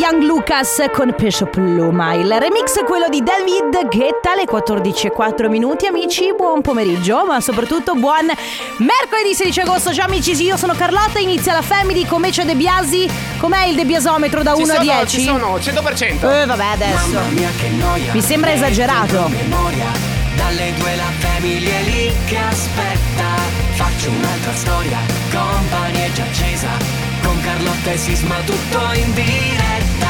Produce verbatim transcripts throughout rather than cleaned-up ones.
Young Lucas con Pesce Pluma. Il remix è quello di David Guetta alle quattordici e quattro minuti. Amici, buon pomeriggio, ma soprattutto buon mercoledì sedici agosto. Ciao amici, sì, io sono Carlotta, inizia la Family con me c'è De Biasi. Com'è il debiasometro da uno a dieci? Ci sono, cento per cento. Eh vabbè, adesso mi sembra esagerato. Dalle due la Family è lì che aspetta. Faccio un'altra storia, Company è già accesa. Con Carlotta e Sisma tutto in diretta.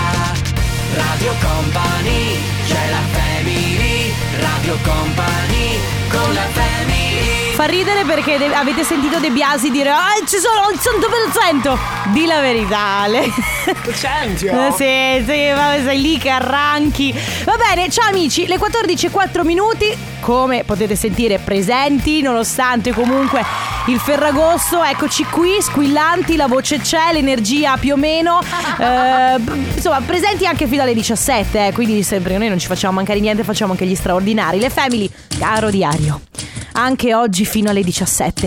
Radio Company, c'è la Family. Radio Company, con la Family. Fa ridere perché de- avete sentito De Biasi dire ah, ci sono il cento per cento. Di la verità, Ale. Centio. Sì, sì, vabbè, sei lì che arranchi. Va bene, ciao amici, le quattordici e quattro minuti. Come potete sentire presenti, nonostante comunque il Ferragosto, eccoci qui, squillanti, la voce c'è, l'energia più o meno, eh, insomma presenti anche fino alle diciassette, eh, quindi sempre noi non ci facciamo mancare niente, facciamo anche gli straordinari. Le Family, caro diario, anche oggi fino alle diciassette.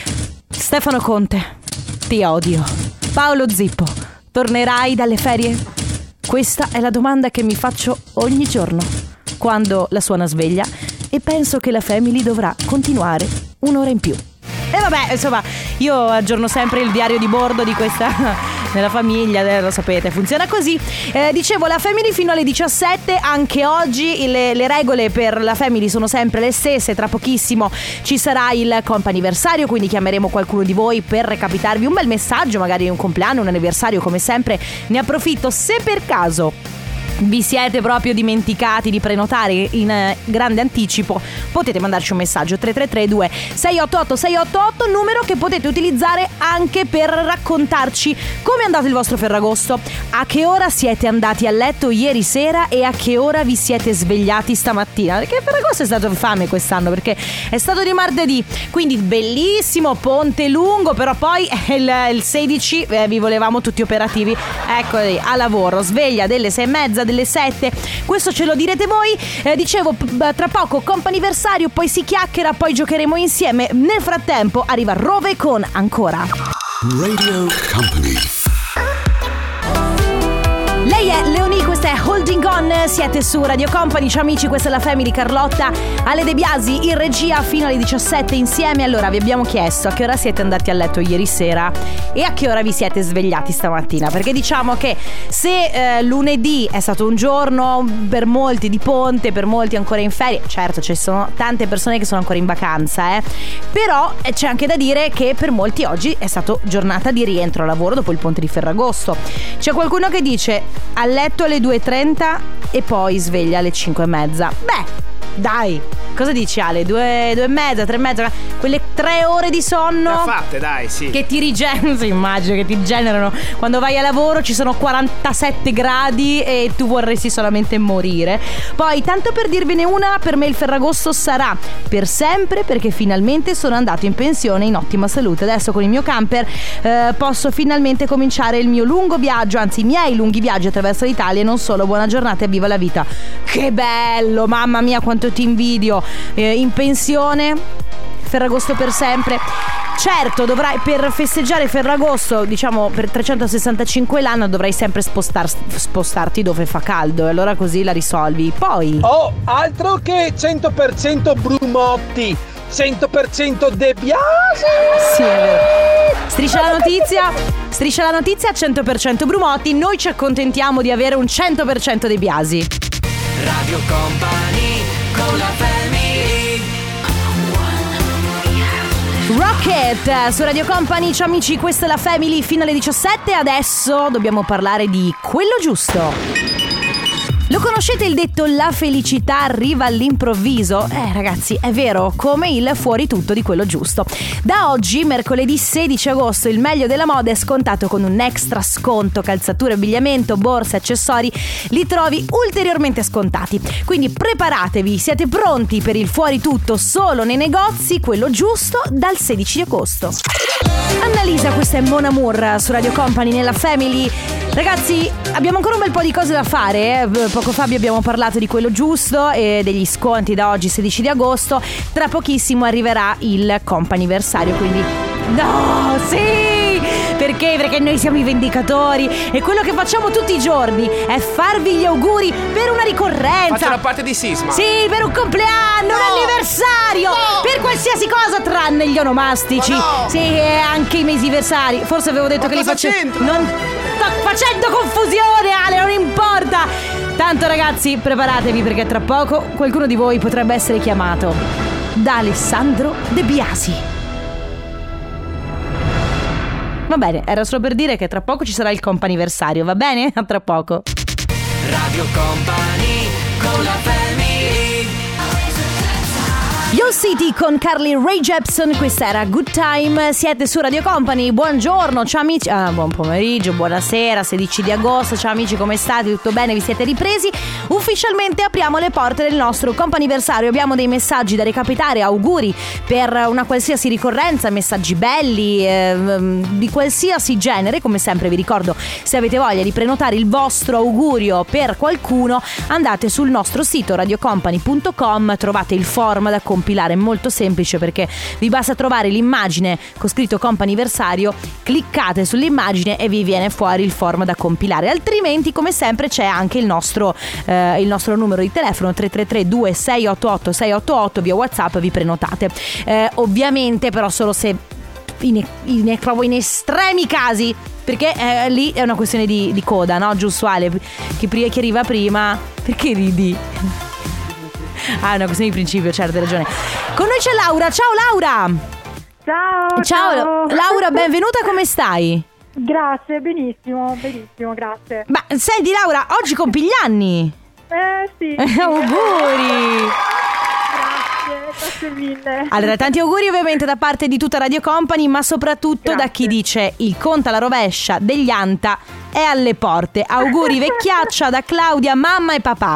Stefano Conte, ti odio. Paolo Zippo, tornerai dalle ferie? Questa è la domanda che mi faccio ogni giorno quando la suona sveglia e penso che la Family dovrà continuare un'ora in più. E vabbè, insomma, io aggiorno sempre il diario di bordo di questa nella famiglia, eh, lo sapete, funziona così. Eh, dicevo, la Family fino alle diciassette, anche oggi le, le regole per la Family sono sempre le stesse. Tra pochissimo ci sarà il comp'anniversario, quindi chiameremo qualcuno di voi per recapitarvi un bel messaggio, magari un compleanno, un anniversario, come sempre. Ne approfitto, se per caso vi siete proprio dimenticati di prenotare in eh, grande anticipo, potete mandarci un messaggio tre tre tre due sei otto otto sei otto otto, numero che potete utilizzare anche per raccontarci come è andato il vostro Ferragosto, a che ora siete andati a letto ieri sera e a che ora vi siete svegliati stamattina, perché il Ferragosto è stato infame quest'anno perché è stato di martedì, quindi bellissimo, ponte lungo, però poi il, il sedici eh, vi volevamo tutti operativi, eccoli a lavoro, sveglia delle sei e mezza, delle sette, questo ce lo direte voi. Eh, dicevo, tra poco comp'anniversario, poi si chiacchiera, poi giocheremo insieme. Nel frattempo arriva Rove con Ancora. Radio Company. Lei è Leonie, questa è Holding On, siete su Radio Company. Ciao amici, questa è la Family, Carlotta, Ale De Biasi in regia fino alle diciassette insieme. Allora, vi abbiamo chiesto a che ora siete andati a letto ieri sera e a che ora vi siete svegliati stamattina, perché diciamo che se eh, lunedì è stato un giorno per molti di ponte, per molti ancora in ferie, certo ci sono tante persone che sono ancora in vacanza, eh, però c'è anche da dire che per molti oggi è stata giornata di rientro a lavoro dopo il ponte di Ferragosto. C'è qualcuno che dice a letto alle due e trenta e poi sveglia alle cinque e mezza. Beh, dai, cosa dici Ale? Due, due e mezza, tre e mezza, quelle tre ore di sonno le ha fatte, dai, sì, che ti rigenerano, sì, immagino che ti generano quando vai a lavoro, ci sono quarantasette gradi e tu vorresti solamente morire. Poi, tanto per dirvene una, per me il Ferragosto sarà per sempre, perché finalmente sono andato in pensione in ottima salute. Adesso con il mio camper eh, posso finalmente cominciare il mio lungo viaggio, anzi i miei lunghi viaggi attraverso l'Italia e non solo. Buona giornata e viva la vita. Che bello, mamma mia quanto ti invidio. eh, in pensione, Ferragosto per sempre. Certo, dovrai, per festeggiare Ferragosto, diciamo per trecentosessantacinque l'anno, dovrai sempre spostar, spostarti dove fa caldo, e allora così la risolvi. Poi oh, altro che cento per cento Brumotti, cento per cento De Biasi. Sì, è vero. Striscia la notizia, striscia la notizia cento per cento Brumotti. Noi ci accontentiamo di avere un cento per cento De Biasi. Radio Company, con la Family. Rocket su Radio Company. Ciao amici, questa è la Family fino alle diciassette. Adesso dobbiamo parlare di quello giusto. Lo conoscete il detto la felicità arriva all'improvviso? Eh ragazzi, è vero, come il fuori tutto di quello giusto. Da oggi, mercoledì sedici agosto, il meglio della moda è scontato con un extra sconto. Calzature, abbigliamento, borse, accessori li trovi ulteriormente scontati. Quindi preparatevi, siete pronti per il fuori tutto solo nei negozi, quello giusto, dal sedici agosto. Annalisa, questa è Mon Amour su Radio Company nella Family. Ragazzi, abbiamo ancora un bel po' di cose da fare, eh? Poco fa vi abbiamo parlato di quello giusto e degli sconti da oggi sedici di agosto. Tra pochissimo arriverà il comp'anniversario, quindi No, sì! Perché? Perché noi siamo i vendicatori e quello che facciamo tutti i giorni è farvi gli auguri per una ricorrenza. Faccio la parte di Sisma. Sì, per un compleanno, No! un anniversario, No! per qualsiasi cosa tranne gli onomastici. Ma no! Sì, e anche i mesiversari. Forse avevo detto Ma che li cosa facevo. c'entra? Non sto facendo confusione, Ale, non importa. Tanto ragazzi, preparatevi perché tra poco qualcuno di voi potrebbe essere chiamato da Alessandro De Biasi. Va bene, era solo per dire che tra poco ci sarà il comp'anniversario, va bene? A tra poco. Radio Company con la family. Yo City con Carly Rae Jepsen, questa era Good Time, siete su Radio Company, buongiorno, ciao amici, ah, buon pomeriggio, buonasera, sedici di agosto, ciao amici, come state? Tutto bene? Vi siete ripresi? Ufficialmente apriamo le porte del nostro comp'anniversario, abbiamo dei messaggi da recapitare, auguri per una qualsiasi ricorrenza, messaggi belli, eh, di qualsiasi genere, come sempre vi ricordo, se avete voglia di prenotare il vostro augurio per qualcuno, andate sul nostro sito radiocompany punto com, trovate il form da compilare, è molto semplice perché vi basta trovare l'immagine con scritto comp'anniversario, cliccate sull'immagine e vi viene fuori il form da compilare, altrimenti come sempre c'è anche il nostro eh, il nostro numero di telefono tre tre tre due sei otto otto sei otto otto, via WhatsApp vi prenotate, eh, ovviamente però solo se in, in, trovo in estremi casi, perché eh, lì è una questione di, di coda, no? Giusto Ale? Chi, chi arriva prima, perché ridi? Ah, è una questione di principio, certo, hai ragione. Con noi c'è Laura, ciao Laura. Ciao, Ciao, ciao. Laura, benvenuta, come stai? Grazie, benissimo, benissimo, grazie. Ma senti Laura, oggi compi gli anni. Eh sì. Auguri. Grazie, grazie mille. Allora, tanti auguri ovviamente da parte di tutta Radio Company, ma soprattutto Grazie. da chi dice il conto alla rovescia degli Anta è alle porte. Auguri vecchiaccia da Claudia, mamma e papà.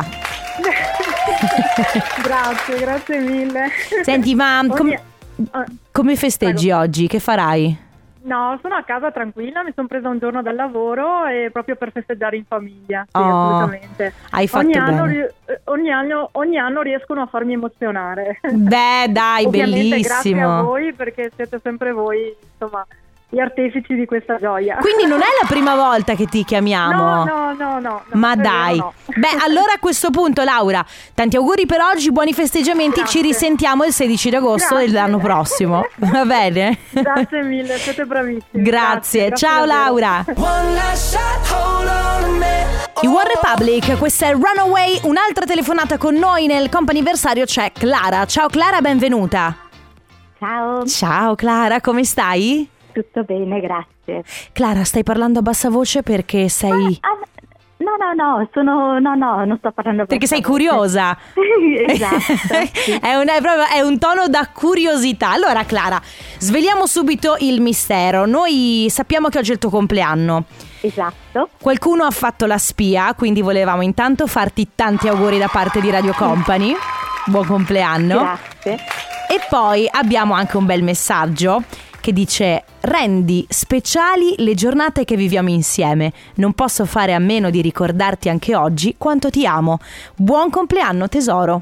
Grazie, grazie mille. Senti, ma com- Ogni- ah, come festeggi oggi? Che farai? No, sono a casa tranquilla, mi sono presa un giorno dal lavoro e proprio per festeggiare in famiglia. Sì, Oh, assolutamente. hai fatto ogni bene. Anno, ri- eh, ogni, anno, ogni anno riescono a farmi emozionare. Beh, dai, Ovviamente grazie a bellissimo. voi perché siete sempre voi, insomma, gli artefici di questa gioia. Quindi non è la prima volta che ti chiamiamo. No, no, no, no, no. Ma è vero, dai. no. Beh, allora a questo punto Laura, tanti auguri per oggi, buoni festeggiamenti. Grazie. Ci risentiamo il sedici di agosto Grazie. dell'anno prossimo. Va bene? Grazie mille, siete bravissimi. Grazie, grazie ciao davvero. Laura. One last shot, hold on a minute. I One Republic, questa è Runaway. Un'altra telefonata con noi nel comp'anniversario c'è Clara. Ciao Clara, benvenuta. Ciao, Ciao Clara, come stai? tutto bene, grazie. Clara, stai parlando a bassa voce perché sei... Ah, no, no, no, sono no, no, non sto parlando Perché sei per favore. curiosa. Esatto. Sì. è, un, è, proprio, è un tono da curiosità. Allora Clara, sveliamo subito il mistero. Noi sappiamo che oggi è il tuo compleanno. Esatto. Qualcuno ha fatto la spia, quindi volevamo intanto farti tanti auguri da parte di Radio Company. Buon compleanno. Grazie. E poi abbiamo anche un bel messaggio che dice: rendi speciali le giornate che viviamo insieme. Non posso fare a meno di ricordarti anche oggi quanto ti amo. Buon compleanno tesoro.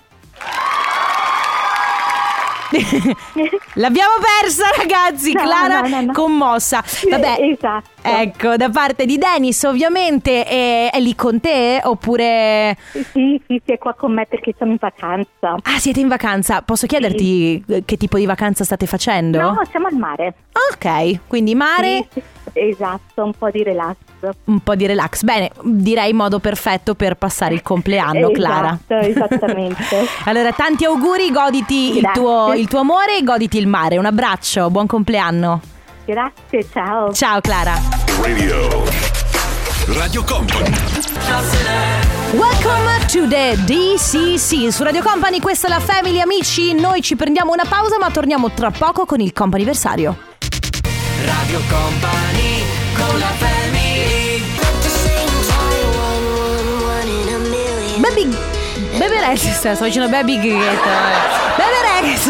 L'abbiamo persa ragazzi, No, Clara no, no, no. commossa. Vabbè, Esatto. ecco, da parte di Dennis ovviamente è, è lì con te oppure... Sì, sì, sì, è qua con me perché sono in vacanza. Ah, siete in vacanza. Posso chiederti eh, che tipo di vacanza state facendo? No, siamo al mare. Ok, quindi mare, Sì, sì, esatto, un po' di relax. un po' di relax. Bene, direi modo perfetto per passare il compleanno, Clara. Esatto, esattamente. Allora, tanti auguri, goditi il Grazie. tuo, il tuo amore e goditi il mare. Un abbraccio, buon compleanno. Grazie, ciao. Ciao Clara. Radio. Radio Company. Welcome to the D C C. Su Radio Company, questa è la Family, amici. Noi ci prendiamo una pausa ma torniamo tra poco con il comp'anniversario. Radio Company con la family. Baby Baby Rex, sto dicendo Baby Ghetto. Baby Rex.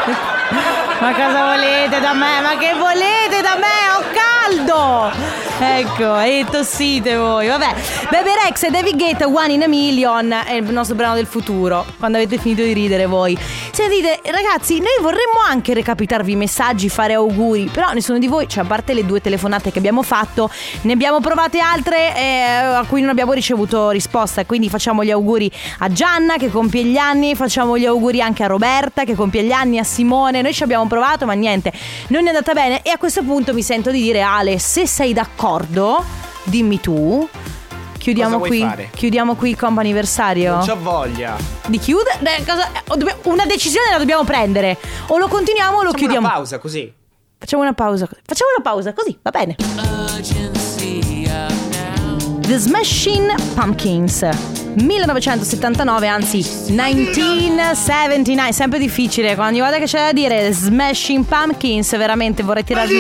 Ma cosa volete da me? Ma che volete da me? Ho caldo. ecco, e tossite voi. Vabbè, Bebe Rexha e David Guetta, One in a Million è il nostro brano del futuro. Quando avete finito di ridere voi. Sentite, ragazzi, noi vorremmo anche recapitarvi i messaggi, fare auguri, però nessuno di voi, cioè a parte le due telefonate che abbiamo fatto, ne abbiamo provate altre eh, a cui non abbiamo ricevuto risposta. Quindi facciamo gli auguri a Gianna che compie gli anni, facciamo gli auguri anche a Roberta che compie gli anni, a Simone. Noi ci abbiamo provato ma niente, non è andata bene. E a questo punto mi sento di dire, Ale, se sei d'accordo, dimmi tu. Chiudiamo Cosa qui, vuoi fare? chiudiamo qui il comp'anniversario. Non c'ho voglia. Di chiudere? Beh, cosa- eh, dobbiamo- Una decisione la dobbiamo prendere. O lo continuiamo o lo Facciamo chiudiamo. una pausa così. Facciamo una pausa. Facciamo una pausa così, va bene. The Smashing Pumpkins millenovecentosettantanove, anzi millenovecentosettantanove, sempre difficile. Ogni volta che c'è da dire Smashing Pumpkins veramente vorrei tirarmi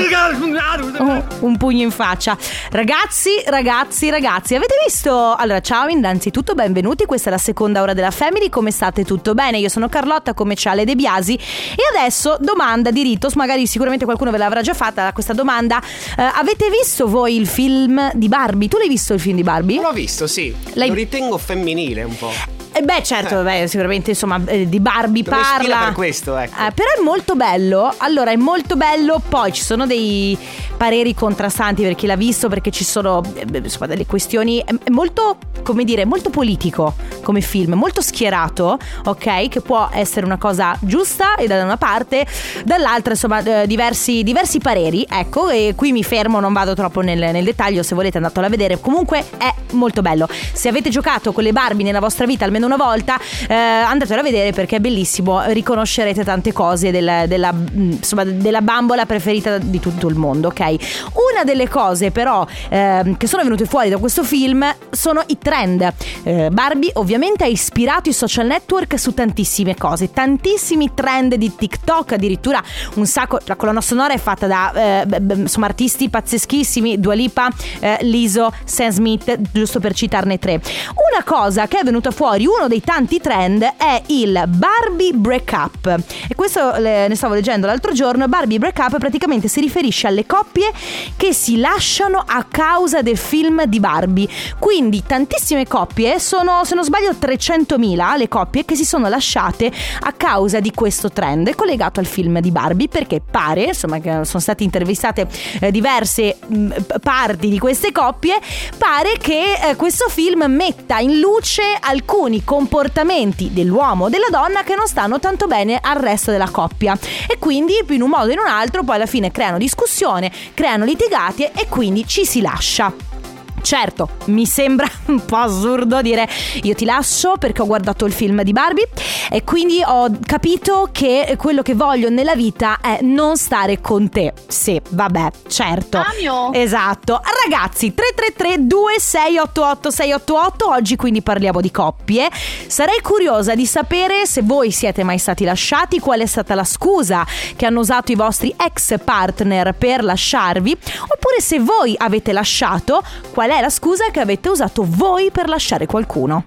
un, un pugno in faccia. Ragazzi, ragazzi, ragazzi, avete visto? Allora, ciao, innanzitutto benvenuti. Questa è la seconda ora della Family. Come state? Tutto bene? Io sono Carlotta, come c'è Ale De Biasi. E adesso domanda di Ritos, magari sicuramente qualcuno ve l'avrà già fatta questa domanda. eh, Avete visto voi il film di Barbie? Tu l'hai visto il film di Barbie? L'ho visto, sì. Lei- Lo ritengo femminile un po'. Eh beh, certo, beh, sicuramente insomma eh, di Barbie Dove ispira parla per questo, ecco. Eh, però è molto bello. Allora è molto bello. Poi ci sono dei pareri contrastanti per chi l'ha visto, perché ci sono eh, insomma delle questioni. È, è molto, come dire, molto politico come film, molto schierato, ok? Che può essere una cosa giusta e da una parte, dall'altra insomma eh, diversi, diversi pareri, ecco. E qui mi fermo, non vado troppo nel, nel dettaglio. Se volete andatelo a vedere. Comunque è molto bello. Se avete giocato con le Barbie nella vostra vita almeno una volta, eh, andatelo a vedere perché è bellissimo. Riconoscerete tante cose del, della, insomma, della bambola preferita di tutto il mondo, ok? Una delle cose però eh, che sono venute fuori da questo film sono i trend. eh, Barbie ovviamente ha ispirato i social network su tantissime cose, tantissimi trend di TikTok, addirittura un sacco. La colonna sonora è fatta da eh, insomma artisti pazzeschissimi, Dua Lipa, eh, Lizzo, Sam Smith, giusto per citarne tre. Una cosa che è venuta fuori, uno dei tanti trend, è il Barbie breakup. E questo le, ne stavo leggendo l'altro giorno. Barbie breakup praticamente si riferisce alle coppie che si lasciano a causa del film di Barbie. Quindi tantissime coppie, sono, se non sbaglio trecentomila le coppie che si sono lasciate a causa di questo trend collegato al film di Barbie, perché pare, insomma, che sono state intervistate eh, diverse mh, parti di queste coppie, pare che eh, questo film metta in luce alcuni comportamenti dell'uomo o della donna che non stanno tanto bene al resto della coppia, e quindi in un modo o in un altro poi alla fine creano discussione, creano litigati e quindi ci si lascia. Certo, mi sembra un po' assurdo dire io ti lascio perché ho guardato il film di Barbie e quindi ho capito che quello che voglio nella vita è non stare con te. Sì, vabbè, certo. Amio. Esatto. Ragazzi, tre tre tre due sei otto otto sei otto otto. Oggi quindi parliamo di coppie. Sarei curiosa di sapere se voi siete mai stati lasciati, qual è stata la scusa che hanno usato i vostri ex partner per lasciarvi, oppure se voi avete lasciato, qual è è la scusa che avete usato voi per lasciare qualcuno.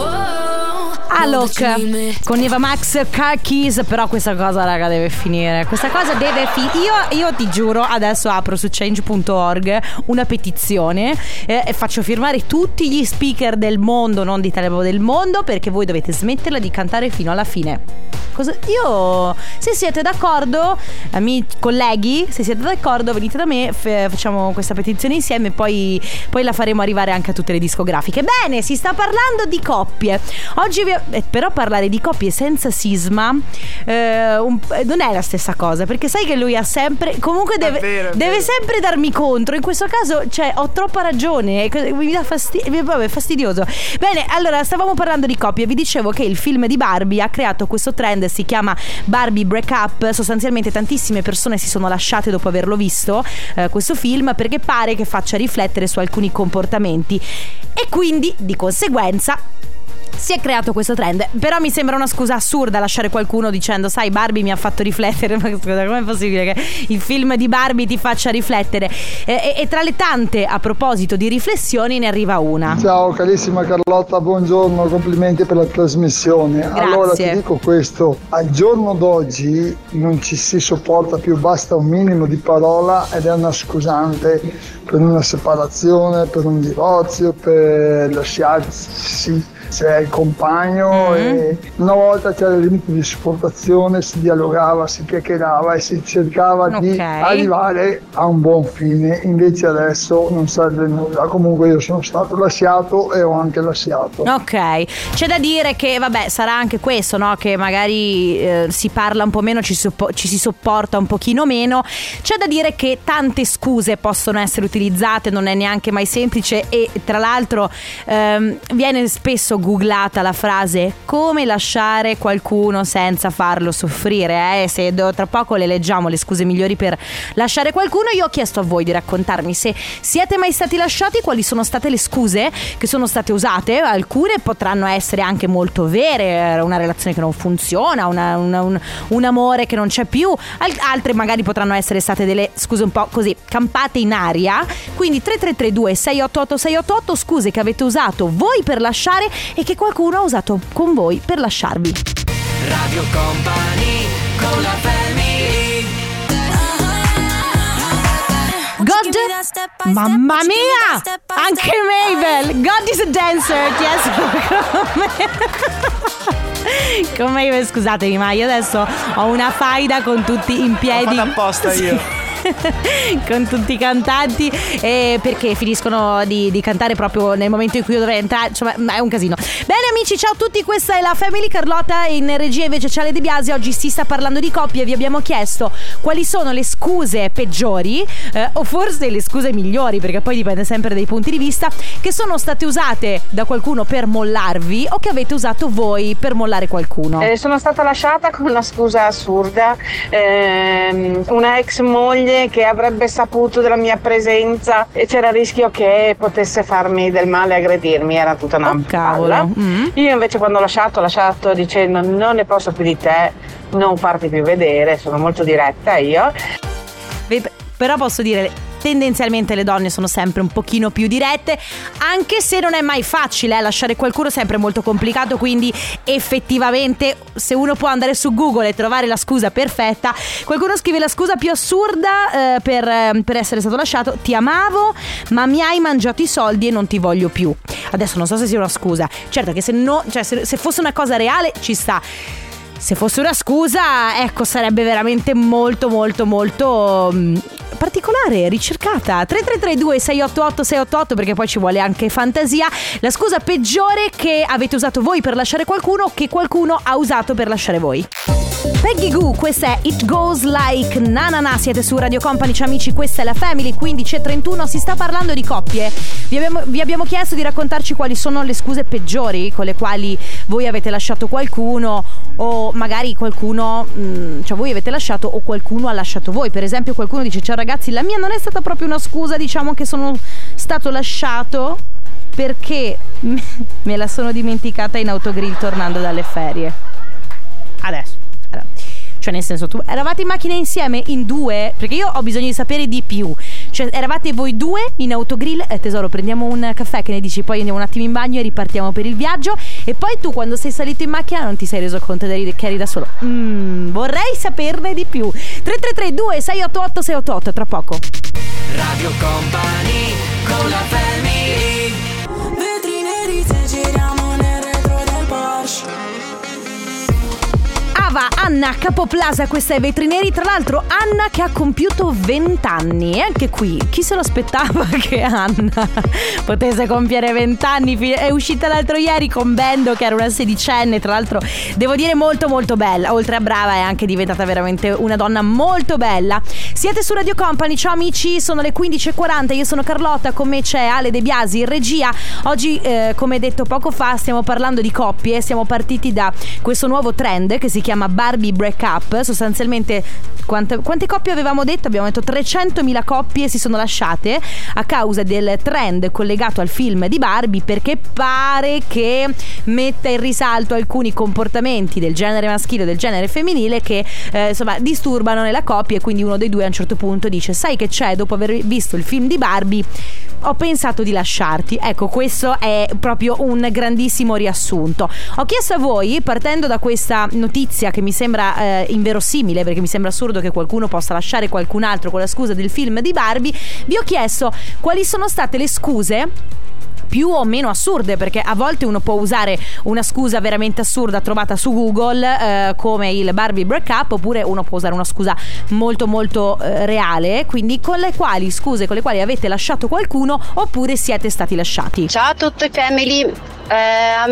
Alok con Eva Max, Car Keys. Però questa cosa, raga, deve finire. Questa cosa deve finire. Io, io ti giuro, adesso apro su change punto org una petizione eh, e faccio firmare tutti gli speaker del mondo, non di Italia, del mondo, perché voi dovete smetterla di cantare fino alla fine. Cosa? Io, se siete d'accordo, amici, colleghi, se siete d'accordo, venite da me, f- facciamo questa petizione insieme e poi, poi la faremo arrivare anche a tutte le discografiche. Bene, si sta parlando di coppie. Oggi vi, eh, però parlare di coppie senza Sisma eh, un, non è la stessa cosa, perché sai che lui ha sempre, comunque deve, È vero, è deve vero. sempre darmi contro. In questo caso, cioè, ho troppa ragione, mi dà fastidio, vabbè, fastidioso. Bene, allora, stavamo parlando di coppie. Vi dicevo che il film di Barbie ha creato questo trend, si chiama Barbie breakup. Sostanzialmente tantissime persone si sono lasciate dopo averlo visto, eh, questo film, perché pare che faccia riflettere su alcuni comportamenti e quindi di conseguenza si è creato questo trend. Però mi sembra una scusa assurda lasciare qualcuno dicendo sai Barbie mi ha fatto riflettere. Ma scusa, com'è possibile che il film di Barbie ti faccia riflettere? E, e, e tra le tante, a proposito di riflessioni, ne arriva una. Ciao carissima Carlotta, buongiorno, complimenti per la trasmissione. Grazie. Allora ti dico questo, al giorno d'oggi non ci si sopporta più, basta un minimo di parola ed è una scusante per una separazione, per un divorzio, per lasciarsi se è il compagno. Mm-hmm. E una volta c'era il limite di sopportazione, si dialogava, si chiacchierava e si cercava okay. di arrivare a un buon fine, invece adesso non serve nulla. Comunque io sono stato lasciato e ho anche lasciato. Ok, c'è da dire che vabbè sarà anche questo, no? Che magari eh, si parla un po' meno, ci, soppo- ci si sopporta un pochino meno. C'è da dire che tante scuse possono essere utilizzate, non è neanche mai semplice. E tra l'altro ehm, viene spesso googlata la frase come lasciare qualcuno senza farlo soffrire, eh? Se do, tra poco le leggiamo le scuse migliori per lasciare qualcuno. Io ho chiesto a voi di raccontarmi se siete mai stati lasciati, quali sono state le scuse che sono state usate. Alcune potranno essere anche molto vere, una relazione che non funziona, una, una, un, un amore che non c'è più. Altre magari potranno essere state delle scuse un po' così campate in aria. Quindi tre tre tre due sei otto otto sei otto otto, scuse che avete usato voi per lasciare e che qualcuno ha usato con voi per lasciarvi. Radio Company con la family. God, mamma mia, anche Mabel, God is a dancer. Yes. Con Mabel, scusatemi, ma io adesso ho una faida con tutti in piedi. L'ho fatto apposta io. Con tutti i cantanti, eh, perché finiscono di, di cantare proprio nel momento in cui io dovrei entrare. Insomma, è un casino. Bene amici, ciao a tutti, questa è la Family. Carlotta in regia, invece c'è Ale De Biasi. Oggi si sta parlando di coppie. Vi abbiamo chiesto quali sono le scuse peggiori, eh, o forse le scuse migliori, perché poi dipende sempre dai punti di vista, che sono state usate da qualcuno per mollarvi o che avete usato voi per mollare qualcuno. Eh, sono stata lasciata con una scusa assurda, ehm, una ex moglie che avrebbe saputo della mia presenza e c'era il rischio che potesse farmi del male, aggredirmi, era tutta una oh, palla. Mm. Io invece quando ho lasciato ho lasciato dicendo non ne posso più di te, non farti più vedere, sono molto diretta io. Però posso dire, tendenzialmente le donne sono sempre un pochino più dirette, anche se non è mai facile, eh, lasciare qualcuno è sempre molto complicato. Quindi effettivamente se uno può andare su Google e trovare la scusa perfetta, qualcuno scrive la scusa più assurda eh, per, eh, per essere stato lasciato: ti amavo ma mi hai mangiato i soldi e non ti voglio più. Adesso non so se sia una scusa, certo che se, no, cioè se, se fosse una cosa reale ci sta. Se fosse una scusa, ecco, sarebbe veramente molto molto molto mh, particolare, ricercata. Tre tre tre due sei otto otto sei otto otto, perché poi ci vuole anche fantasia. La scusa peggiore che avete usato voi per lasciare qualcuno, che qualcuno ha usato per lasciare voi. Peggy Goo, questa è It Goes Like Na Na Na. Siete su Radio Company, ciao amici, questa è la Family. Quindici e trentuno, si sta parlando di coppie. Vi abbiamo, vi abbiamo chiesto di raccontarci quali sono le scuse peggiori con le quali voi avete lasciato qualcuno, o magari qualcuno, mh, cioè voi avete lasciato o qualcuno ha lasciato voi. Per esempio qualcuno dice: ciao ragazzi, la mia non è stata proprio una scusa, diciamo che sono stato lasciato perché me la sono dimenticata in autogrill tornando dalle ferie. Adesso Cioè nel senso, tu eravate in macchina insieme in due? Perché io ho bisogno di sapere di più. Cioè eravate voi due in autogrill, eh, tesoro, prendiamo un caffè, che ne dici? Poi andiamo un attimo in bagno e ripartiamo per il viaggio. E poi tu quando sei salito in macchina non ti sei reso conto che eri da solo. mm, Vorrei saperne di più. Tre tre tre due sei otto otto sei otto otto, tra poco. Radio Company con la family. Vetri neri se giriamo nel retro del Porsche. Ava, Anna, Capoplaza, questa è Vetri Neri. Tra l'altro Anna che ha compiuto vent'anni. E anche qui, chi se lo aspettava che Anna potesse compiere vent'anni? È uscita l'altro ieri con Bendo, che era una sedicenne. Tra l'altro devo dire molto molto bella. Oltre a brava è anche diventata veramente una donna molto bella. Siete su Radio Company, ciao amici, sono le quindici e quaranta. Io sono Carlotta, con me c'è Ale De Biasi in regia. Oggi eh, come detto poco fa stiamo parlando di coppie. Siamo partiti da questo nuovo trend che si chiama Barbie Break break up. Sostanzialmente quante, quante coppie avevamo detto? Abbiamo detto trecentomila coppie si sono lasciate a causa del trend collegato al film di Barbie, perché pare che metta in risalto alcuni comportamenti del genere maschile o del genere femminile che eh, insomma disturbano nella coppia, e quindi uno dei due a un certo punto dice: sai che c'è, dopo aver visto il film di Barbie ho pensato di lasciarti. Ecco, questo è proprio un grandissimo riassunto. Ho chiesto a voi, partendo da questa notizia che mi sembra eh, inverosimile, perché mi sembra assurdo che qualcuno possa lasciare qualcun altro con la scusa del film di Barbie, vi ho chiesto quali sono state le scuse più o meno assurde, perché a volte uno può usare una scusa veramente assurda trovata su Google, eh, come il Barbie breakup, oppure uno può usare una scusa molto molto eh, reale. Quindi con le quali scuse con le quali avete lasciato qualcuno oppure siete stati lasciati. Ciao a tutti family, eh, a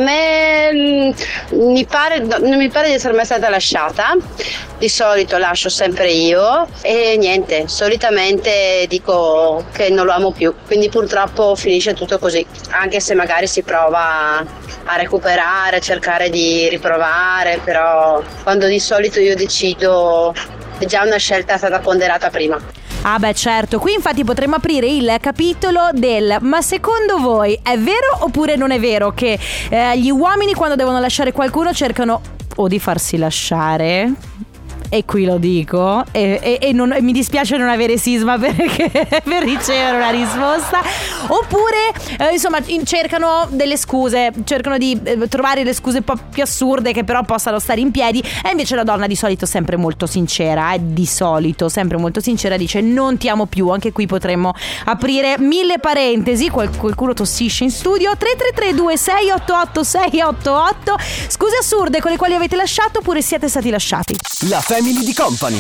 me mh, mi pare, non mi pare di essere mai stata lasciata. Di solito lascio sempre io e niente, solitamente dico che non lo amo più, quindi purtroppo finisce tutto così, anche se magari si prova a recuperare, a cercare di riprovare, però quando di solito io decido è già una scelta stata ponderata prima. Ah beh, certo, qui infatti potremmo aprire il capitolo del ma secondo voi è vero oppure non è vero che eh, gli uomini quando devono lasciare qualcuno cercano o di farsi lasciare, e qui lo dico, e, e, e, non, e mi dispiace non avere sisma perché, per ricevere una risposta, oppure eh, insomma cercano delle scuse, cercano di eh, trovare le scuse un po' più assurde che però possano stare in piedi, e invece la donna di solito sempre molto sincera, eh, di solito sempre molto sincera dice non ti amo più. Anche qui potremmo aprire mille parentesi. Qual- qualcuno tossisce in studio. Tre tre tre due sei otto otto sei otto otto, scuse assurde con le quali avete lasciato oppure siete stati lasciati. La Family di Company.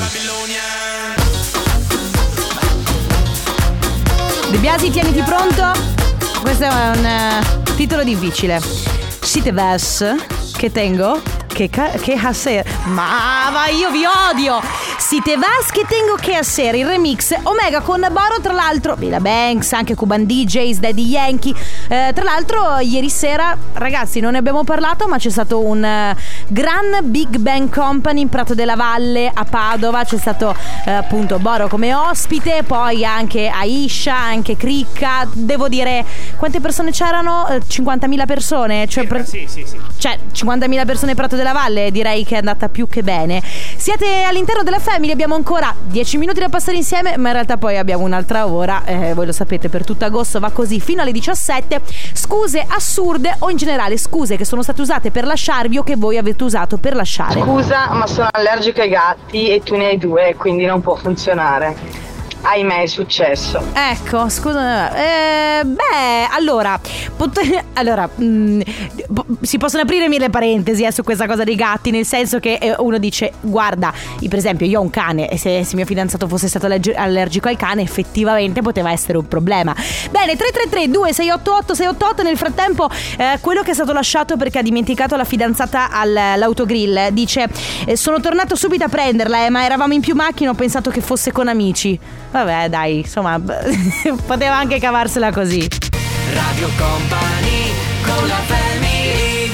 De Biasi, tieniti pronto. Questo è un uh, titolo difficile. Si te ves che tengo che, ca- che hacer. Ma, ma io vi odio. Si te vas che tengo che hacer, il remix Omega con Boro, tra l'altro Bella Banks, anche Cuban D Js, Daddy Yankee. eh, Tra l'altro ieri sera, ragazzi, non ne abbiamo parlato, ma c'è stato un uh, gran Big Bang Company in Prato della Valle a Padova. C'è stato uh, appunto Boro come ospite, poi anche Aisha, anche Cricca. Devo dire, quante persone c'erano? Uh, cinquantamila persone, cioè, pre- sì, sì, sì. cioè cinquantamila persone in Prato della Valle, direi che è andata più che bene. Siete all'interno della Family, abbiamo ancora dieci minuti da passare insieme, ma in realtà poi abbiamo un'altra ora, eh, voi lo sapete, per tutto agosto va così fino alle diciassette. Scuse assurde o in generale scuse che sono state usate per lasciarvi o che voi avete usato per lasciare. Scusa, ma sono allergica ai gatti e tu ne hai due, quindi non può funzionare. Ahimè, è successo. Ecco, scusa. Eh, beh, allora, pot- allora mh, si possono aprire mille parentesi eh, su questa cosa dei gatti, nel senso che eh, uno dice, guarda, io, per esempio, io ho un cane e se, se mio fidanzato fosse stato allerg- allergico al cane, effettivamente poteva essere un problema. Bene, tre tre tre due sei otto otto sei otto otto. Nel frattempo, eh, quello che è stato lasciato perché ha dimenticato la fidanzata all'autogrill dice, eh, sono tornato subito a prenderla, eh, ma eravamo in più macchine, ho pensato che fosse con amici. Vabbè, dai, insomma, poteva anche cavarsela così. Radio Company con la Family.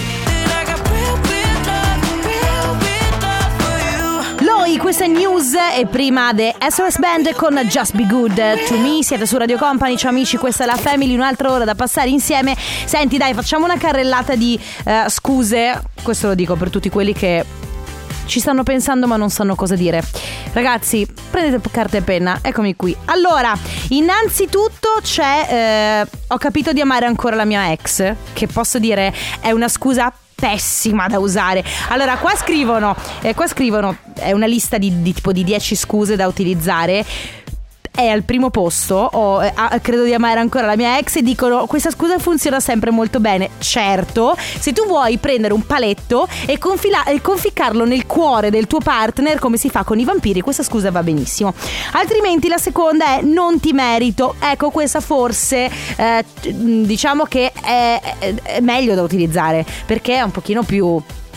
Loi, questa è News e prima The S O S Band con Just Be Good To Me. Siete su Radio Company, ciao amici, questa è la Family, un'altra ora da passare insieme. Senti, dai, facciamo una carrellata di uh, scuse. Questo lo dico per tutti quelli che ci stanno pensando ma non sanno cosa dire. Ragazzi, prendete carta e penna, eccomi qui. Allora, innanzitutto c'è eh, ho capito di amare ancora la mia ex, che posso dire è una scusa pessima da usare. Allora, qua scrivono eh, qua scrivono è una lista di, di tipo di dieci scuse da utilizzare. È al primo posto, o eh, credo di amare ancora la mia ex, e dicono questa scusa funziona sempre molto bene. Certo, se tu vuoi prendere un paletto e, confila- e conficcarlo nel cuore del tuo partner come si fa con i vampiri, questa scusa va benissimo. Altrimenti la seconda è non ti merito. Ecco, questa forse eh, diciamo che è, è, è meglio da utilizzare perché è un pochino più,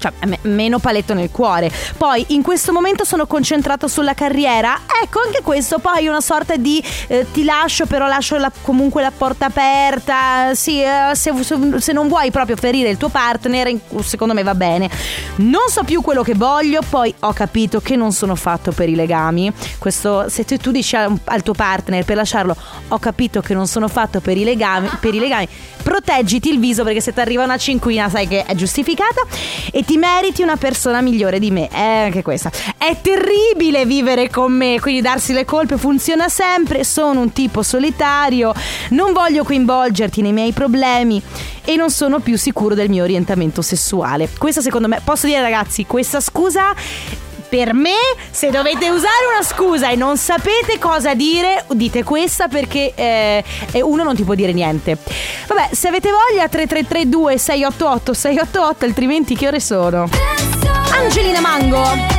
cioè me- meno paletto nel cuore. Poi in questo momento sono concentrato sulla carriera. Ecco, anche questo poi una sorta di eh, ti lascio, però lascio la, comunque la porta aperta. Sì, eh, se, se non vuoi proprio ferire il tuo partner, secondo me va bene. Non so più quello che voglio, poi ho capito che non sono fatto per i legami. Questo, se tu, tu dici al, al tuo partner per lasciarlo, ho capito che non sono fatto per i legami, per i legami, proteggiti il viso, perché se ti arriva una cinquina sai che è giustificata e ti meriti una persona migliore di me. Eh, anche questa. È terribile vivere con me, quindi darsi le colpe funziona sempre. Sono un tipo solitario, non voglio coinvolgerti nei miei problemi e non sono più sicuro del mio orientamento sessuale. Questa secondo me, posso dire ragazzi, questa scusa per me, se dovete usare una scusa e non sapete cosa dire, dite questa, perché eh, uno non ti può dire niente. Vabbè, se avete voglia tre tre tre due sei otto otto sei otto otto, altrimenti che ore sono? Angelina Mango.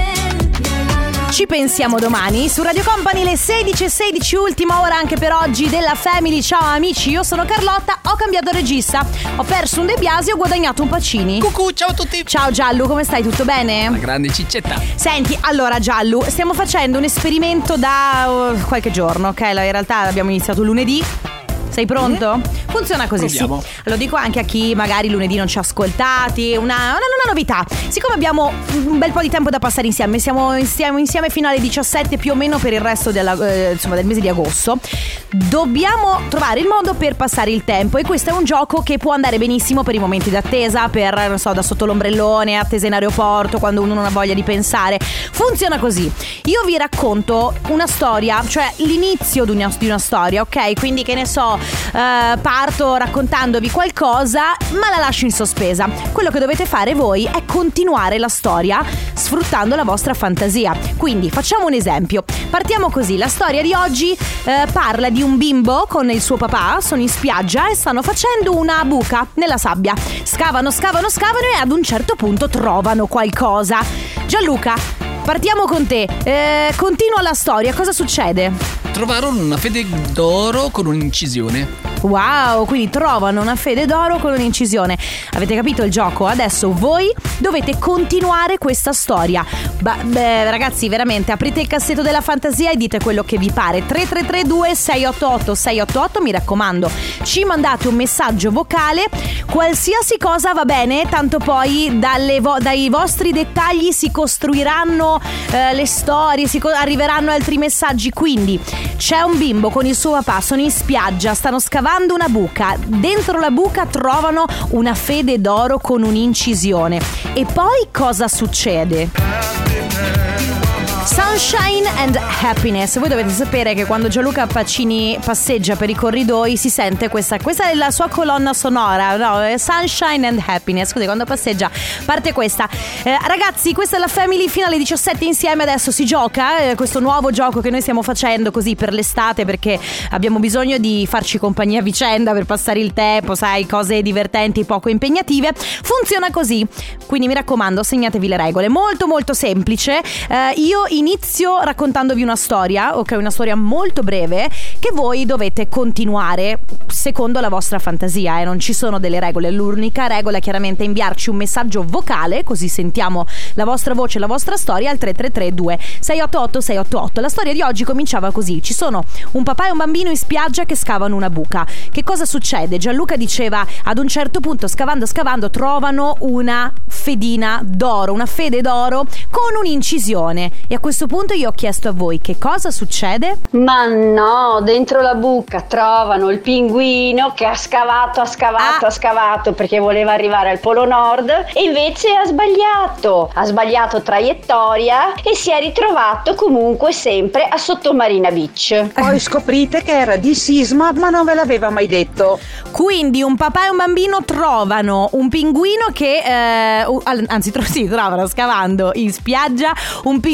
Ci pensiamo domani su Radio Company, le sedici e sedici, ultima ora anche per oggi della Family. Ciao amici, io sono Carlotta, ho cambiato regista, ho perso un De Biasi e ho guadagnato un Pacini. Cucù, ciao a tutti. Ciao Giallo, come stai? Tutto bene? Una grande ciccetta. Senti, allora Giallo, stiamo facendo un esperimento da uh, qualche giorno, ok? In realtà abbiamo iniziato lunedì. Sei pronto? Mm-hmm. Funziona così, Proviamo. sì. Lo dico anche a chi magari lunedì non ci ha ascoltati. Una, una, una novità. Siccome abbiamo un bel po' di tempo da passare insieme, siamo insieme, insieme fino alle diciassette più o meno per il resto della, eh, insomma, del mese di agosto, dobbiamo trovare il modo per passare il tempo. E questo è un gioco che può andare benissimo per i momenti d'attesa, per, non so, da sotto l'ombrellone, attesa in aeroporto, quando uno non ha voglia di pensare. Funziona così. Io vi racconto una storia, cioè l'inizio di una, di una storia, ok? Quindi che ne so, Uh, parto raccontandovi qualcosa, ma la lascio in sospesa. Quello che dovete fare voi è continuare la storia sfruttando la vostra fantasia. Quindi facciamo un esempio. Partiamo così. La storia di oggi uh, parla di un bimbo con il suo papà. Sono in spiaggia e stanno facendo una buca nella sabbia. Scavano, scavano, scavano e ad un certo punto trovano qualcosa. Gianluca, partiamo con te. Eh, continua la storia. Cosa succede? Trovarono una fede d'oro con un'incisione. Wow, quindi trovano una fede d'oro con un'incisione. Avete capito il gioco? Adesso voi dovete continuare questa storia. Ba- beh, ragazzi, veramente aprite il cassetto della fantasia e dite quello che vi pare. Tre tre tre due sei otto otto sei otto otto, mi raccomando, ci mandate un messaggio vocale. Qualsiasi cosa va bene, tanto poi dalle vo- dai vostri dettagli si costruiranno eh, le storie, si co- arriveranno altri messaggi. Quindi c'è un bimbo con il suo papà, sono in spiaggia, stanno scavando una buca. Dentro la buca trovano una fede d'oro con un'incisione. E poi cosa succede? Sunshine and Happiness. Voi dovete sapere che quando Gianluca Pacini passeggia per i corridoi si sente questa, questa è la sua colonna sonora, no? Sunshine and Happiness. Scusi, quando passeggia parte questa. Eh, ragazzi, questa è la Family fino alle diciassette insieme. Adesso si gioca eh, questo nuovo gioco che noi stiamo facendo così per l'estate, perché abbiamo bisogno di farci compagnia a vicenda per passare il tempo, sai, cose divertenti, poco impegnative. Funziona così. Quindi mi raccomando, segnatevi le regole. Molto molto semplice. Eh, io inizio raccontandovi una storia, ok, una storia molto breve che voi dovete continuare secondo la vostra fantasia, eh? Non ci sono delle regole. L'unica regola è chiaramente inviarci un messaggio vocale, così sentiamo la vostra voce, la vostra storia al tre tre tre due sei otto otto sei otto otto. La storia di oggi cominciava così. Ci sono un papà e un bambino in spiaggia che scavano una buca. Che cosa succede? Gianluca diceva ad un certo punto, scavando scavando, trovano una fedina d'oro, una fede d'oro con un'incisione. E a questo punto io ho chiesto a voi che cosa succede? Ma no, dentro la buca trovano il pinguino che ha scavato, ha scavato, ah. ha scavato perché voleva arrivare al Polo Nord e invece ha sbagliato, ha sbagliato traiettoria e si è ritrovato comunque sempre a Sottomarina Beach. Poi scoprite che era di Sisma, ma non ve l'aveva mai detto. Quindi un papà e un bambino trovano un pinguino che eh, anzi tro- sì, trovano scavando in spiaggia un pinguino che voleva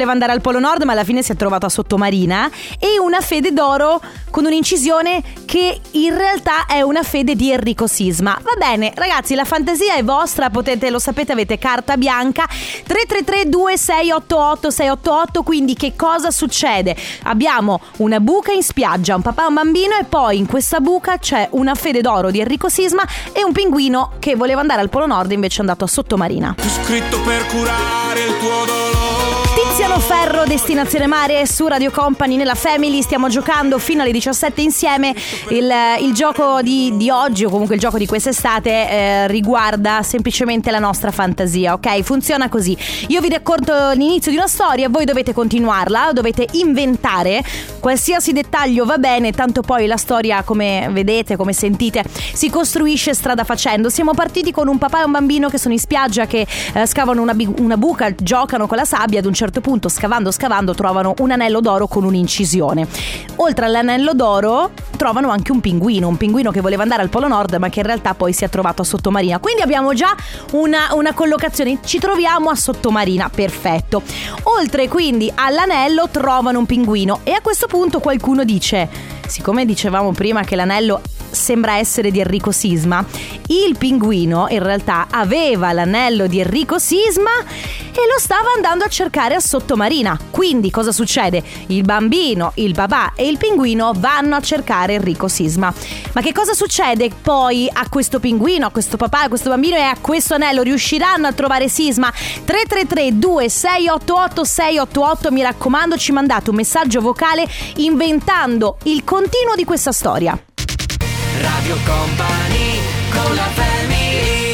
voleva andare al Polo Nord ma alla fine si è trovato a Sottomarina, e una fede d'oro con un'incisione che in realtà è una fede di Enrico Sisma. Va bene ragazzi, la fantasia è vostra, potete, lo sapete, avete carta bianca. Tre tre tre due sei otto otto sei otto otto. Quindi che cosa succede? Abbiamo una buca in spiaggia, un papà e un bambino, e poi in questa buca c'è una fede d'oro di Enrico Sisma e un pinguino che voleva andare al Polo Nord e invece è andato a Sottomarina. Scritto per curare il tuo dolore. Tiziano Ferro, Destinazione Mare su Radio Company nella Family. Stiamo giocando fino alle diciassette insieme. Il, il gioco di, di oggi, o comunque il gioco di quest'estate, eh, riguarda semplicemente la nostra fantasia, ok? Funziona così: io vi racconto l'inizio di una storia, voi dovete continuarla, dovete inventare qualsiasi dettaglio, va bene, tanto poi la storia, come vedete, come sentite, si costruisce strada facendo. Siamo partiti con un papà e un bambino che sono in spiaggia, che eh, scavano una, una buca, giocano con la sabbia. Ad un certo punto, scavando scavando, trovano un anello d'oro con un'incisione. Oltre all'anello d'oro trovano anche un pinguino, un pinguino che voleva andare al Polo Nord ma che in realtà poi si è trovato a Sottomarina. Quindi abbiamo già una, una collocazione, ci troviamo a Sottomarina, perfetto. Oltre quindi all'anello trovano un pinguino, e a questo punto qualcuno dice: siccome dicevamo prima che l'anello sembra essere di Enrico Sisma, il pinguino in realtà aveva l'anello di Enrico Sisma e lo stava andando a cercare a Sottomarina. Quindi cosa succede? Il bambino, il papà e il pinguino vanno a cercare Enrico Sisma. Ma che cosa succede poi a questo pinguino, a questo papà, a questo bambino e a questo anello? Riusciranno a trovare Sisma? Tre tre tre due sei otto otto sei otto otto. Mi raccomando, ci mandate un messaggio vocale inventando il continuo di questa storia. Radio Company con la Family.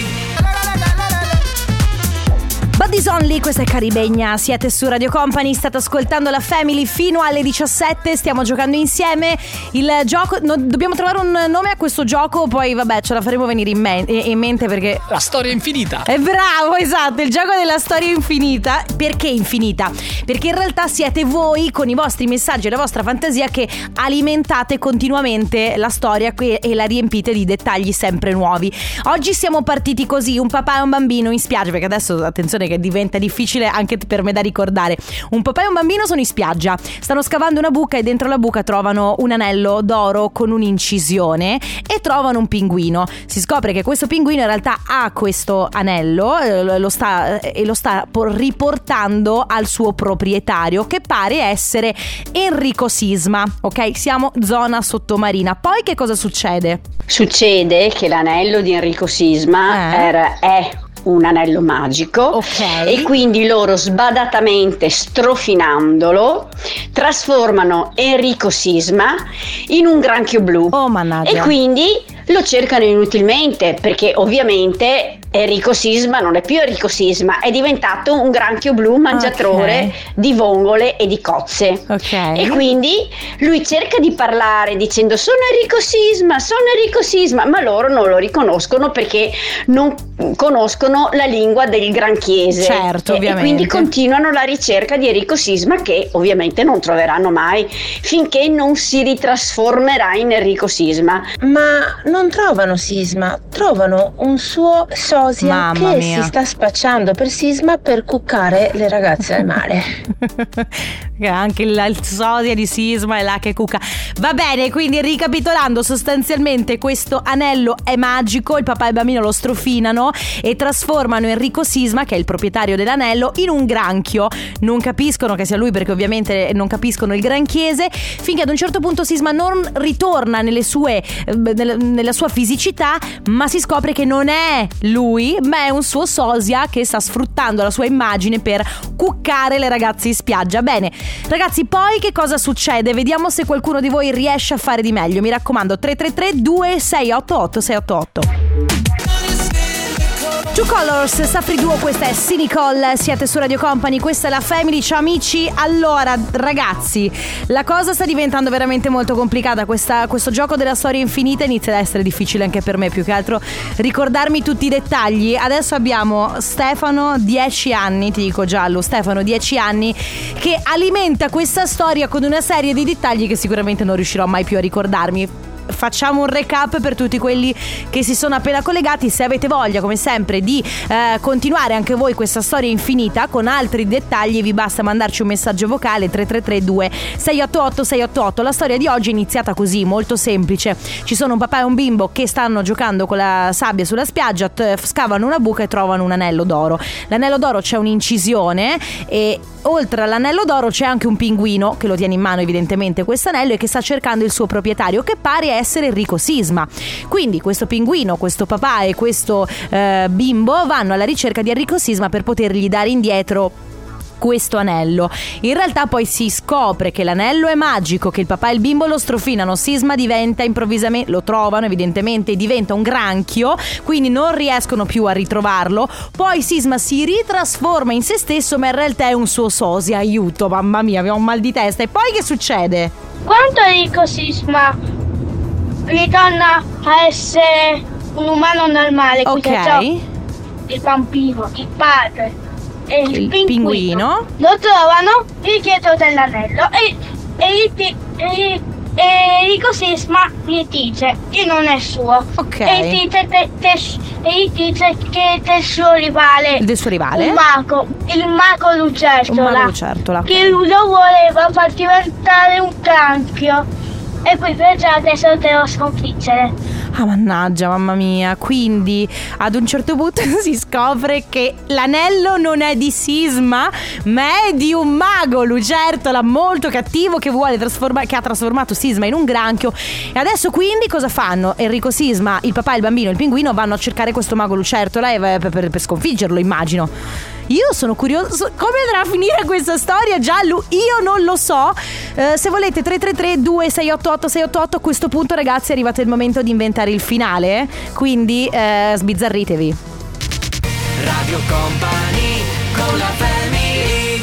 Buddies Only, questa è Caribegna, siete su Radio Company, state ascoltando la Family fino alle diciassette, stiamo giocando insieme il gioco, no, dobbiamo trovare un nome a questo gioco, poi vabbè ce la faremo venire in, me- in mente perché... La storia infinita. È bravo, esatto, il gioco della storia infinita. Perché infinita? Perché in realtà siete voi con i vostri messaggi e la vostra fantasia che alimentate continuamente la storia e la riempite di dettagli sempre nuovi. Oggi siamo partiti così, un papà e un bambino in spiaggia, perché adesso attenzione che diventa difficile anche per me da ricordare. Un papà e un bambino sono in spiaggia, stanno scavando una buca e dentro la buca trovano un anello d'oro con un'incisione e trovano un pinguino. Si scopre che questo pinguino in realtà ha questo anello eh, lo sta, e eh, lo sta riportando al suo proprietario, che pare essere Enrico Sisma. Ok, siamo zona Sottomarina. Poi che cosa succede? Succede che l'anello di Enrico Sisma Eh. era, è un anello magico, Ok. e quindi loro sbadatamente, strofinandolo, trasformano Enrico Sisma in un granchio blu. Oh mannaggia. E quindi lo cercano inutilmente, perché ovviamente Enrico Sisma non è più Enrico Sisma, è diventato un granchio blu mangiatore Ok. di vongole e di cozze. Ok. E quindi lui cerca di parlare dicendo: sono Enrico Sisma, sono Enrico Sisma, ma loro non lo riconoscono perché non conoscono la lingua del granchiese. Certo, e, e ovviamente. quindi continuano la ricerca di Enrico Sisma, che ovviamente non troveranno mai finché non si ritrasformerà in Enrico Sisma. Ma non trovano Sisma, trovano un suo sosia Mamma che mia. si sta spacciando per Sisma per cuccare le ragazze al mare. Anche il, il sosia di Sisma è là che cucca. Va bene, quindi ricapitolando, sostanzialmente questo anello è magico, il papà e il bambino lo strofinano e trasformano Enrico Sisma, che è il proprietario dell'anello, in un granchio. Non capiscono che sia lui perché ovviamente non capiscono il granchiese, finché ad un certo punto Sisma non ritorna nelle sue, eh, nella, nella sua fisicità, ma si scopre che non è lui, ma è un suo sosia che sta sfruttando la sua immagine per cuccare le ragazze in spiaggia. Bene ragazzi, poi che cosa succede? Vediamo se qualcuno di voi riesce a fare di meglio. Mi raccomando, tre tre tre due sei otto otto sei otto otto. Two Colors, Safri Duo, questa è Cynical, siete su Radio Company, questa è la Family, ciao amici. Allora ragazzi, la cosa sta diventando veramente molto complicata, questa, questo gioco della storia infinita inizia ad essere difficile anche per me, più che altro ricordarmi tutti i dettagli. Adesso abbiamo Stefano, dieci anni, ti dico giallo, Stefano, dieci anni, che alimenta questa storia con una serie di dettagli che sicuramente non riuscirò mai più a ricordarmi. facciamo un recap per tutti quelli che si sono appena collegati. Se avete voglia, come sempre, di eh, continuare anche voi questa storia infinita con altri dettagli, vi basta mandarci un messaggio vocale tre tre tre due sei otto otto sei otto otto. La storia di oggi è iniziata così, molto semplice. Ci sono un papà e un bimbo che stanno giocando con la sabbia sulla spiaggia, t- scavano una buca e trovano un anello d'oro. L'anello d'oro c'è un'incisione e oltre all'anello d'oro c'è anche un pinguino che lo tiene in mano evidentemente questo anello e che sta cercando il suo proprietario, che pare essere Enrico Sisma. Quindi questo pinguino, questo papà e questo eh, bimbo vanno alla ricerca di Enrico Sisma per potergli dare indietro questo anello. In realtà poi si scopre che l'anello è magico, che il papà e il bimbo lo strofinano. Sisma diventa improvvisamente, lo trovano evidentemente, diventa un granchio, quindi non riescono più a ritrovarlo. Poi Sisma si ritrasforma in se stesso, ma in realtà è un suo sosia. Aiuto, mamma mia, abbiamo un mal di testa. E poi che succede? Quando Enrico Sisma ritorna a essere un umano normale, ok, il bambino, il padre e il, il pinguino, pinguino lo trovano indietro dell'anello e, e, il, e, e Enrico Sisma gli dice che non è suo, ok, e gli dice, te, te, e gli dice che è del suo rivale, del suo rivale un mago, il mago Lucertola, un mago Lucertola, che lo voleva far diventare un granchio e poi perciò adesso devo sconfiggere. Ah, mannaggia, mamma mia. Quindi ad un certo punto si scopre che l'anello non è di Sisma, ma è di un mago Lucertola molto cattivo che vuole trasformare, che ha trasformato Sisma in un granchio. E adesso quindi cosa fanno? Enrico Sisma, il papà, il bambino e il pinguino vanno a cercare questo mago Lucertola e per, per, per sconfiggerlo, immagino. Io sono curioso come andrà a finire questa storia. Già io non lo so. eh, Se volete tre tre tre due sei otto otto sei otto otto. A questo punto, ragazzi, è arrivato il momento di inventare il finale. Quindi eh, sbizzarritevi. Radio Company con la family.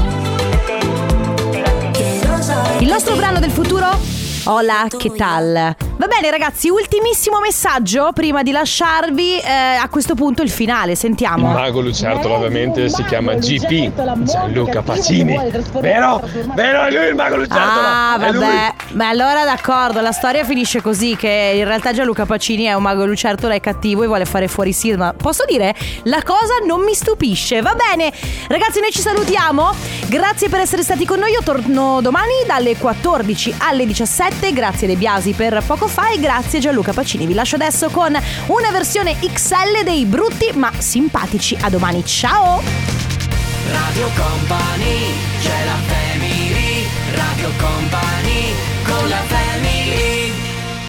Il nostro brano del futuro? Hola, che tal? Va bene ragazzi, ultimissimo messaggio prima di lasciarvi. eh, A questo punto il finale, sentiamo. Il mago Lucertola ovviamente si chiama G P, Gianluca Pacini. Vero? Vero, è lui il mago Lucertola. Ah, vabbè. Ma allora d'accordo, la storia finisce così, che in realtà Gianluca Pacini è un mago Lucertola, è cattivo e vuole fare fuori Sisma. Posso dire, la cosa non mi stupisce. Va bene ragazzi, noi ci salutiamo. Grazie per essere stati con noi. Io torno domani dalle quattordici alle diciassette. Grazie De Biasi per poco fa e grazie Gianluca Pacini. Vi lascio adesso con una versione X L dei brutti ma simpatici. A domani, ciao. Radio Company, c'è la